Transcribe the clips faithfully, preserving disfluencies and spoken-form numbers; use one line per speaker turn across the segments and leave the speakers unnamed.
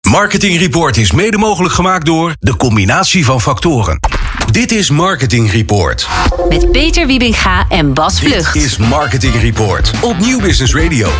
Marketing Report is mede mogelijk gemaakt door de combinatie van factoren. Dit is Marketing Report.
Met Peter Wiebinga en Bas Vlucht.
Dit is Marketing Report op Nieuw Business Radio.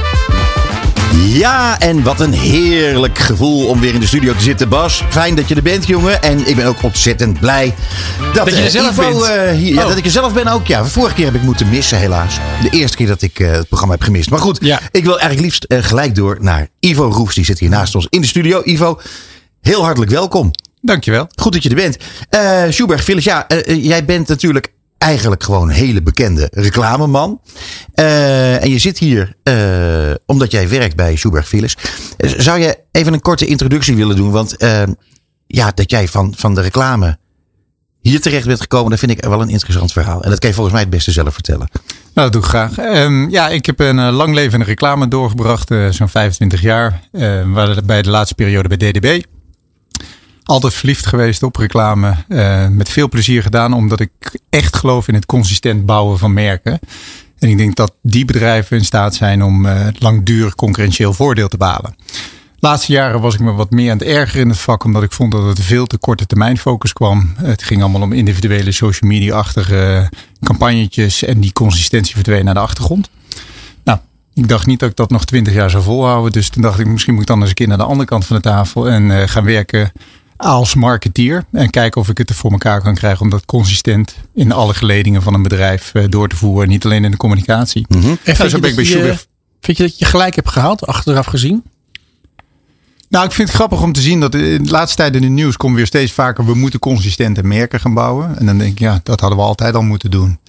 Ja, en wat een heerlijk gevoel om weer in de studio te zitten, Bas. Fijn dat je er bent, jongen. En ik ben ook ontzettend blij dat,
dat je er zelf
Ivo,
bent.
Uh, hier, ja,
oh.
dat ik er zelf ben ook. Ja, vorige keer heb ik moeten missen, helaas. De eerste keer dat ik uh, het programma heb gemist. Maar goed, ja. Ik wil eigenlijk liefst uh, gelijk door naar Ivo Roefs. Die zit hier naast ons in de studio. Ivo, heel hartelijk welkom.
Dankjewel.
Goed dat je er bent. Uh, Sjoerd Philips, ja, uh, jij bent natuurlijk eigenlijk gewoon een hele bekende reclameman. Uh, en je zit hier uh, omdat jij werkt bij Sjoerd Philips. Uh, zou je even een korte introductie willen doen? Want uh, ja, dat jij van, van de reclame hier terecht bent gekomen, dat vind ik wel een interessant verhaal. En dat kan je volgens mij het beste zelf vertellen.
Nou, dat doe ik graag. Um, ja, ik heb een uh, lang leven in de reclame doorgebracht. Uh, zo'n vijfentwintig jaar. Uh, bij de laatste periode bij D D B. Altijd verliefd geweest op reclame. Uh, met veel plezier gedaan. Omdat ik echt geloof in het consistent bouwen van merken. En ik denk dat die bedrijven in staat zijn om uh, langdurig concurrentieel voordeel te behalen. De laatste jaren was ik me wat meer aan het ergeren in het vak. Omdat ik vond dat het veel te korte termijn focus kwam. Het ging allemaal om individuele social media-achtige campagnetjes. En die consistentie verdween naar de achtergrond. Nou, ik dacht niet dat ik dat nog twintig jaar zou volhouden. Dus toen dacht ik, misschien moet ik dan eens een keer naar de andere kant van de tafel. En uh, gaan werken als marketeer. En kijken of ik het er voor elkaar kan krijgen om dat consistent in alle geledingen van een bedrijf uh, door te voeren. Niet alleen in de communicatie.
Mm-hmm. En vind, je dat je, vind je dat je gelijk hebt gehaald, achteraf gezien?
Nou, ik vind het grappig om te zien dat in de laatste tijd in het nieuws komt weer steeds vaker, we moeten consistente merken gaan bouwen. En dan denk ik, ja, dat hadden we altijd al moeten doen.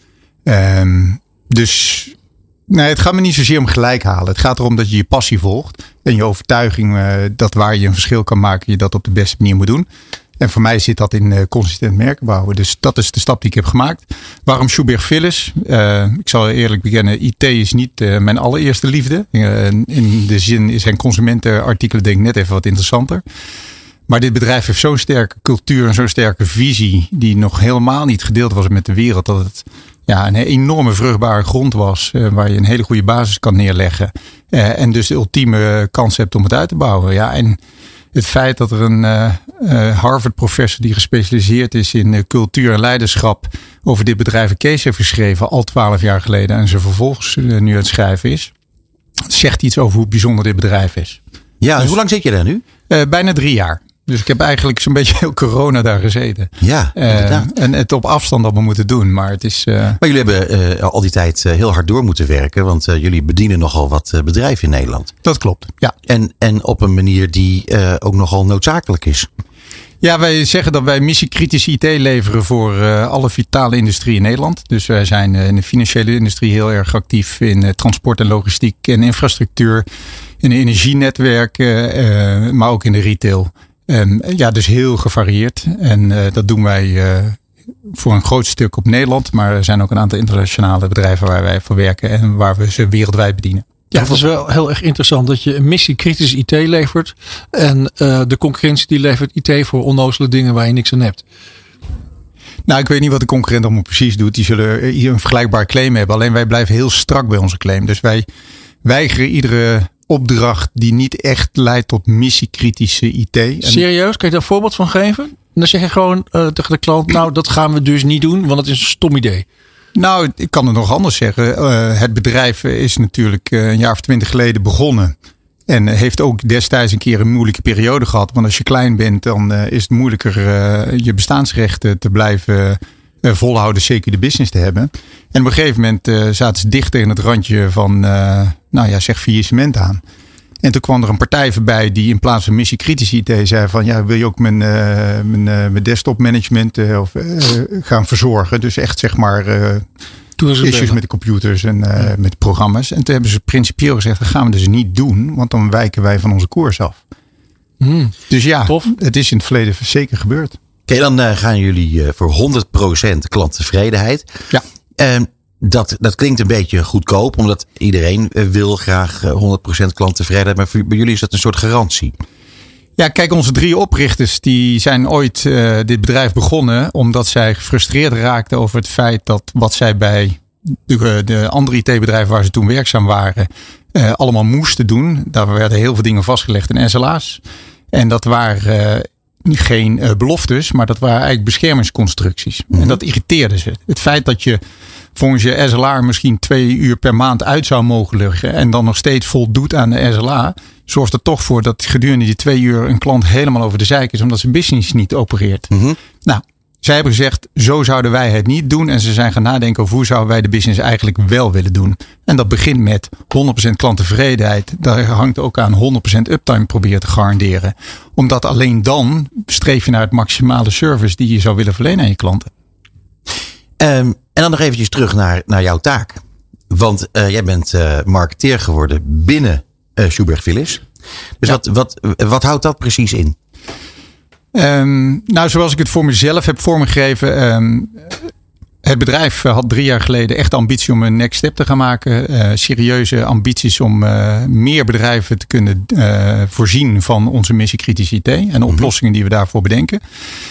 Um, dus nee, het gaat me niet zozeer om gelijk halen. Het gaat erom dat je je passie volgt. En je overtuiging uh, dat waar je een verschil kan maken, je dat op de beste manier moet doen. En voor mij zit dat in uh, consistent merken bouwen. Dus dat is de stap die ik heb gemaakt. Waarom Sjoerd Philips? Uh, ik zal eerlijk bekennen, I T is niet uh, mijn allereerste liefde. Uh, in de zin zijn consumentenartikelen denk ik net even wat interessanter. Maar dit bedrijf heeft zo'n sterke cultuur en zo'n sterke visie die nog helemaal niet gedeeld was met de wereld. Dat het ja, een enorme vruchtbare grond was uh, waar je een hele goede basis kan neerleggen. Uh, en dus de ultieme kans hebt om het uit te bouwen. Ja, en het feit dat er een uh, uh, Harvard-professor die gespecialiseerd is in uh, cultuur en leiderschap over dit bedrijf een case heeft geschreven al twaalf jaar geleden en ze vervolgens uh, nu aan het schrijven is, zegt iets over hoe bijzonder dit bedrijf is.
Ja, dus, hoe lang zit je daar nu?
Uh, bijna drie jaar. Dus ik heb eigenlijk zo'n beetje heel corona daar gezeten.
Ja, inderdaad.
Uh, en het op afstand allemaal moeten doen. Maar het is. Uh...
Maar jullie hebben uh, al die tijd uh, heel hard door moeten werken. Want uh, jullie bedienen nogal wat uh, bedrijven in Nederland.
Dat klopt, ja.
En, en op een manier die uh, ook nogal noodzakelijk is.
Ja, wij zeggen dat wij missiekritische I T leveren voor uh, alle vitale industrie in Nederland. Dus wij zijn uh, in de financiële industrie heel erg actief in uh, transport en logistiek en infrastructuur. In de energienetwerken, uh, maar ook in de retail. Um, ja, dus heel gevarieerd. En uh, dat doen wij uh, voor een groot stuk op Nederland. Maar er zijn ook een aantal internationale bedrijven waar wij voor werken. En waar we ze wereldwijd bedienen.
Ja, het is wel heel erg interessant dat je een missie-kritisch I T levert. En uh, de concurrentie die levert I T voor onnozele dingen waar je niks aan hebt.
Nou, ik weet niet wat de concurrent allemaal precies doet. Die zullen hier een vergelijkbaar claim hebben. Alleen wij blijven heel strak bij onze claim. Dus wij weigeren iedere opdracht die niet echt leidt tot missiekritische I T. En
serieus? Kan je daar een voorbeeld van geven? En dan zeg je gewoon uh, tegen de klant, nou dat gaan we dus niet doen, want het is een stom idee.
Nou, ik kan het nog anders zeggen. Uh, het bedrijf is natuurlijk uh, een jaar of twintig geleden begonnen. En uh, heeft ook destijds een keer een moeilijke periode gehad. Want als je klein bent, dan uh, is het moeilijker uh, je bestaansrechten te blijven uh, volhouden. Zeker de business te hebben. En op een gegeven moment uh, zaten ze dicht tegen het randje van, uh, nou ja, zeg faillissement aan. En toen kwam er een partij voorbij die in plaats van missiekritische I T zei van, ja, wil je ook mijn, uh, mijn, uh, mijn desktop management uh, of, uh, gaan verzorgen. Dus echt zeg maar uh, issues met de computers en uh, ja. met de programma's. En toen hebben ze principieel gezegd, dat gaan we dus niet doen, want dan wijken wij van onze koers af. Hmm. Dus ja, tof. Het is in het verleden zeker gebeurd.
Oké, okay, dan uh, gaan jullie uh, voor honderd procent klanttevredenheid.
Ja.
Uh, Dat, dat klinkt een beetje goedkoop, omdat iedereen wil graag honderd procent klanttevredenheid. Maar voor, bij jullie is dat een soort garantie.
Ja, kijk, onze drie oprichters die zijn ooit uh, dit bedrijf begonnen omdat zij gefrustreerd raakten over het feit dat wat zij bij de, de andere I T-bedrijven waar ze toen werkzaam waren uh, allemaal moesten doen. Daar werden heel veel dingen vastgelegd in S L A's. En dat waren uh, geen uh, beloftes, maar dat waren eigenlijk beschermingsconstructies. Mm-hmm. En dat irriteerde ze. Het feit dat je volgens je S L A misschien twee uur per maand uit zou mogen liggen en dan nog steeds voldoet aan de S L A, zorgt er toch voor dat gedurende die twee uur een klant helemaal over de zeik is omdat zijn business niet opereert. Mm-hmm. Nou, zij hebben gezegd, zo zouden wij het niet doen. En ze zijn gaan nadenken over hoe zouden wij de business eigenlijk wel willen doen. En dat begint met honderd procent klanttevredenheid. Daar hangt ook aan honderd procent uptime proberen te garanderen. Omdat alleen dan streef je naar het maximale service die je zou willen verlenen aan je klanten.
Um, en dan nog eventjes terug naar, naar jouw taak. Want uh, jij bent uh, marketeer geworden binnen uh, Sjoerd Philips. Dus ja. wat, wat, wat houdt dat precies in?
Um, nou, zoals ik het voor mezelf heb vormgegeven. Um, het bedrijf had drie jaar geleden echt de ambitie om een next step te gaan maken. Uh, serieuze ambities om uh, meer bedrijven te kunnen uh, voorzien van onze missiekritische I T. En de oplossingen die we daarvoor bedenken.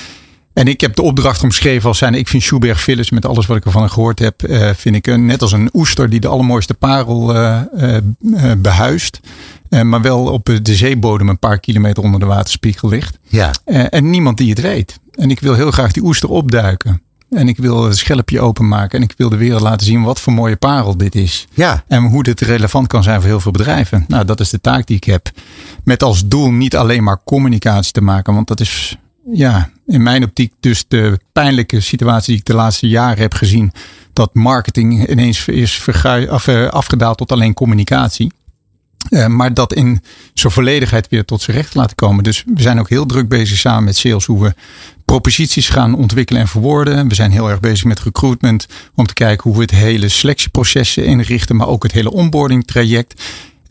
En ik heb de opdracht omschreven als zijn. Ik vind Sjoerd Philips, met alles wat ik ervan gehoord heb, uh, vind ik een, net als een oester die de allermooiste parel uh, uh, uh, behuist. Uh, maar wel op de zeebodem een paar kilometer onder de waterspiegel ligt. Ja. Uh, en niemand die het weet. En ik wil heel graag die oester opduiken. En ik wil het schelpje openmaken. En ik wil de wereld laten zien wat voor mooie parel dit is. Ja. En hoe dit relevant kan zijn voor heel veel bedrijven. Nou, dat is de taak die ik heb. Met als doel niet alleen maar communicatie te maken. Want dat is, ja, in mijn optiek dus de pijnlijke situatie die ik de laatste jaren heb gezien. Dat marketing ineens is vergu- af, uh, afgedaald tot alleen communicatie. Uh, maar dat in zijn volledigheid weer tot zijn recht laten komen. Dus we zijn ook heel druk bezig samen met sales hoe we proposities gaan ontwikkelen en verwoorden. We zijn heel erg bezig met recruitment om te kijken hoe we het hele selectieprocessen inrichten, maar ook het hele onboarding traject.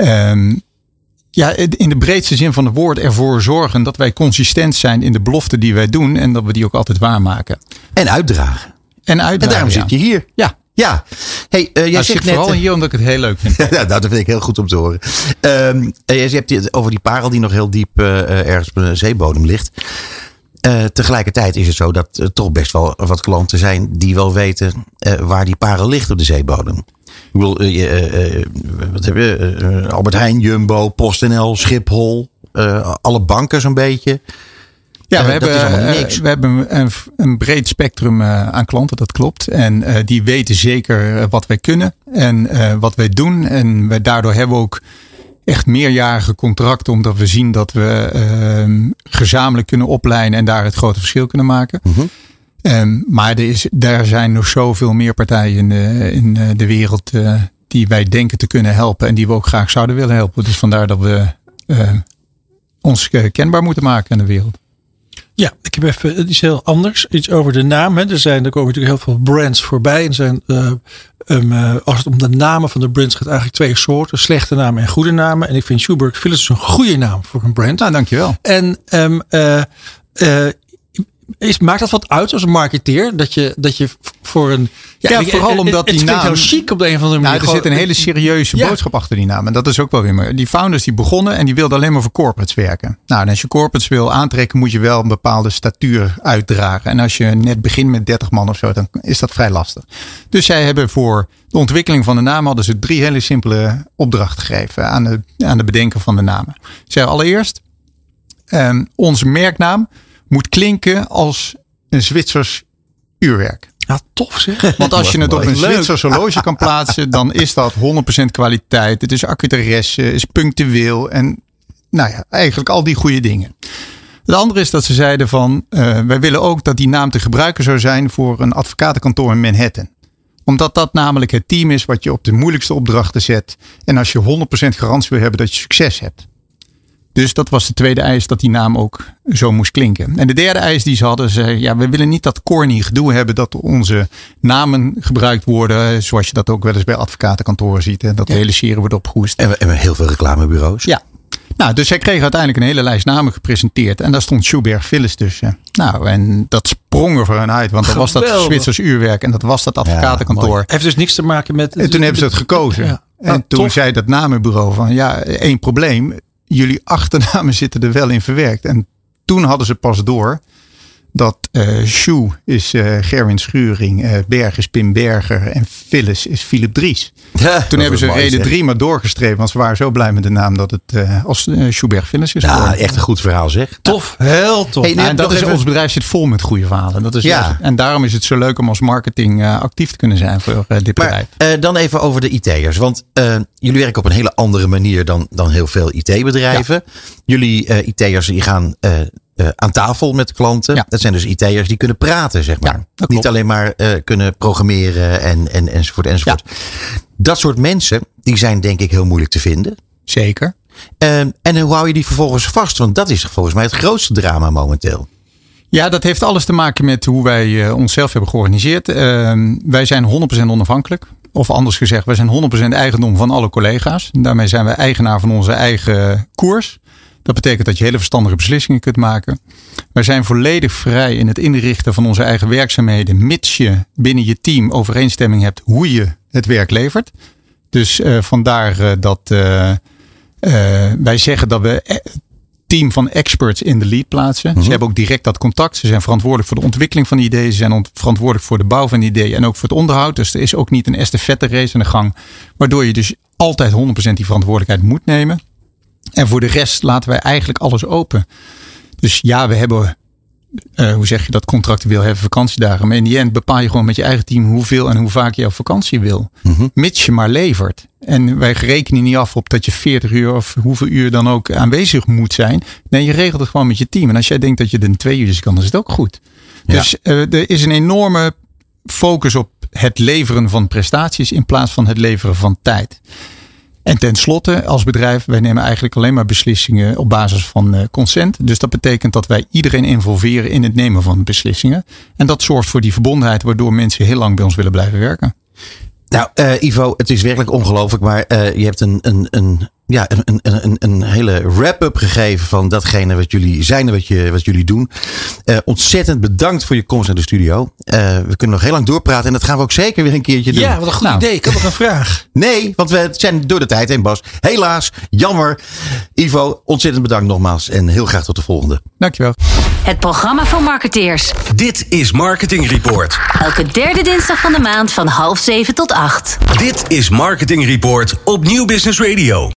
Um, ja, in de breedste zin van het woord ervoor zorgen dat wij consistent zijn in de beloften die wij doen en dat we die ook altijd waarmaken.
En uitdragen.
En uitdragen.
En daarom
ja.
zit je hier.
Ja.
Ja, hey, uh, jij
nou,
zegt
net
vooral
hier omdat ik het heel leuk vind.
Ja, nou, dat vind ik heel goed om te horen. Um, je hebt het over die parel die nog heel diep uh, ergens op de zeebodem ligt. Uh, tegelijkertijd is het zo dat er toch best wel wat klanten zijn die wel weten uh, waar die parel ligt op de zeebodem. Ik bedoel, uh, uh, uh, wat heb je? Uh, Albert Heijn, Jumbo, PostNL, Schiphol, uh, alle banken zo'n beetje.
Ja, we,
uh,
hebben, niks. we hebben een, een breed spectrum uh, aan klanten, dat klopt. En uh, die weten zeker uh, wat wij kunnen en uh, wat wij doen. En wij, daardoor hebben we ook echt meerjarige contracten, omdat we zien dat we uh, gezamenlijk kunnen opleiden en daar het grote verschil kunnen maken. Mm-hmm. Um, maar er, is, er zijn nog zoveel meer partijen in de, in de wereld uh, die wij denken te kunnen helpen en die we ook graag zouden willen helpen. Dus vandaar dat we uh, ons kenbaar moeten maken in de wereld.
Ja, ik heb even iets heel anders. Iets over de naam. Hè. Er, zijn, er komen natuurlijk heel veel brands voorbij. En zijn, uh, um, uh, als het om de namen van de brands gaat, eigenlijk twee soorten. Slechte namen en goede namen. En ik vind Sjoerd Philips een goede naam voor een brand.
Nou, dankjewel.
En um, uh, uh, is, maakt dat wat uit als een marketeer? Dat je, dat je voor een...
Ja, ja vooral omdat
het,
die
het
naam...
heel chic op de een of andere manier.
Nou, er zit een hele serieuze ja. boodschap achter die naam. En dat is ook wel weer mooi. Die founders die begonnen en die wilden alleen maar voor corporates werken. Nou, en als je corporates wil aantrekken, moet je wel een bepaalde statuur uitdragen. En als je net begint met dertig man of zo, dan is dat vrij lastig. Dus zij hebben voor de ontwikkeling van de naam hadden ze drie hele simpele opdrachten gegeven aan de, aan de bedenken van de namen. Ze zeggen allereerst, um, onze merknaam moet klinken als een Zwitsers uurwerk.
Ja, tof zeg.
Want als je het op een Zwitsers horloge kan plaatsen, dan is dat honderd procent kwaliteit. Het is accuratesse, is punctueel en nou ja, eigenlijk al die goede dingen. Het andere is dat ze zeiden van, uh, wij willen ook dat die naam te gebruiken zou zijn voor een advocatenkantoor in Manhattan. Omdat dat namelijk het team is wat je op de moeilijkste opdrachten zet. En als je honderd procent garantie wil hebben dat je succes hebt. Dus dat was de tweede eis, dat die naam ook zo moest klinken. En de derde eis die ze hadden, zei, ja, we willen niet dat corny gedoe hebben dat onze namen gebruikt worden, zoals je dat ook wel eens bij advocatenkantoren ziet. Hè, dat de ja. hele serie wordt opgehoest.
En we hebben heel veel reclamebureaus.
Ja. Nou, dus zij kregen uiteindelijk een hele lijst namen gepresenteerd. En daar stond Sjoerd Philips tussen. Nou, en dat sprong er voor hen uit. Want dat was dat Zwitsers uurwerk. En dat was dat advocatenkantoor.
Ja, heeft dus niks te maken met...
En toen hebben ze het gekozen. Ja. En ja, toen tof. zei dat namenbureau van, ja, één probleem. Jullie achternamen zitten er wel in verwerkt. En toen hadden ze pas door Dat uh, Sjoe is uh, Gerwin Schuring, uh, Berg is Pim Berger en Phyllis is Philip Dries.
Ja,
Toen hebben ze reden drie maar doorgestreven, want ze waren zo blij met de naam dat het uh, als uh, Sjoeberg Phyllis is.
Ja, echt een goed verhaal zeg.
Tof, heel tof.
Hey,
Ja, en dat is, even... Ons bedrijf zit vol met goede verhalen. Dat is
ja.
dus, en daarom is het zo leuk om als marketing uh, actief te kunnen zijn voor uh, dit
maar,
bedrijf.
Uh, dan even over de I T'ers. Want uh, jullie werken op een hele andere manier dan, dan heel veel I T-bedrijven. Ja. Jullie uh, I T'ers die gaan uh, uh, aan tafel met klanten. Ja. Dat zijn dus I T'ers die kunnen praten, zeg maar. Ja, Niet alleen maar uh, kunnen programmeren en, en, enzovoort enzovoort. Ja. Dat soort mensen, die zijn denk ik heel moeilijk te vinden.
Zeker.
Uh, en hoe hou je die vervolgens vast? Want dat is volgens mij het grootste drama momenteel.
Ja, dat heeft alles te maken met hoe wij uh, onszelf hebben georganiseerd. Uh, wij zijn honderd procent onafhankelijk. Of anders gezegd, wij zijn honderd procent eigendom van alle collega's. Daarmee zijn we eigenaar van onze eigen koers. Dat betekent dat je hele verstandige beslissingen kunt maken. Wij zijn volledig vrij in het inrichten van onze eigen werkzaamheden. Mits je binnen je team overeenstemming hebt hoe je het werk levert. Dus uh, vandaar uh, dat uh, uh, wij zeggen dat we team van experts in de lead plaatsen. Mm-hmm. Ze hebben ook direct dat contact. Ze zijn verantwoordelijk voor de ontwikkeling van de ideeën. Ze zijn ont- verantwoordelijk voor de bouw van de ideeën en ook voor het onderhoud. Dus er is ook niet een estafette race aan de gang. Waardoor je dus altijd honderd procent die verantwoordelijkheid moet nemen. En voor de rest laten wij eigenlijk alles open. Dus ja, we hebben, uh, hoe zeg je dat, contractueel hebben vakantiedagen. Maar in die end bepaal je gewoon met je eigen team hoeveel en hoe vaak je op vakantie wil. Mm-hmm. Mits je maar levert. En wij rekenen niet af op dat je veertig uur of hoeveel uur dan ook aanwezig moet zijn. Nee, je regelt het gewoon met je team. En als jij denkt dat je er in twee uur kan, dan is het ook goed. Ja. Dus uh, er is een enorme focus op het leveren van prestaties in plaats van het leveren van tijd. En tenslotte, als bedrijf, wij nemen eigenlijk alleen maar beslissingen op basis van uh, consent. Dus dat betekent dat wij iedereen involveren in het nemen van beslissingen. En dat zorgt voor die verbondenheid waardoor mensen heel lang bij ons willen blijven werken.
Nou, uh, Ivo, het is werkelijk ongelooflijk, maar uh, je hebt een, een, een, ja, een, een, een hele wrap-up gegeven van datgene wat jullie zijn en wat, je, wat jullie doen. Uh, ontzettend bedankt voor je komst naar de studio. Uh, we kunnen nog heel lang doorpraten en dat gaan we ook zeker weer een keertje doen.
Ja, wat een goed
nou.
idee. Ik heb nog een vraag.
Nee, want we zijn door de tijd heen, Bas. Helaas, jammer. Ivo, ontzettend bedankt nogmaals en heel graag tot de volgende.
Dankjewel.
Het programma voor marketeers.
Dit is Marketing Report.
Elke derde dinsdag van de maand van half zeven tot acht.
Dit is Marketing Report op Nieuw Business Radio.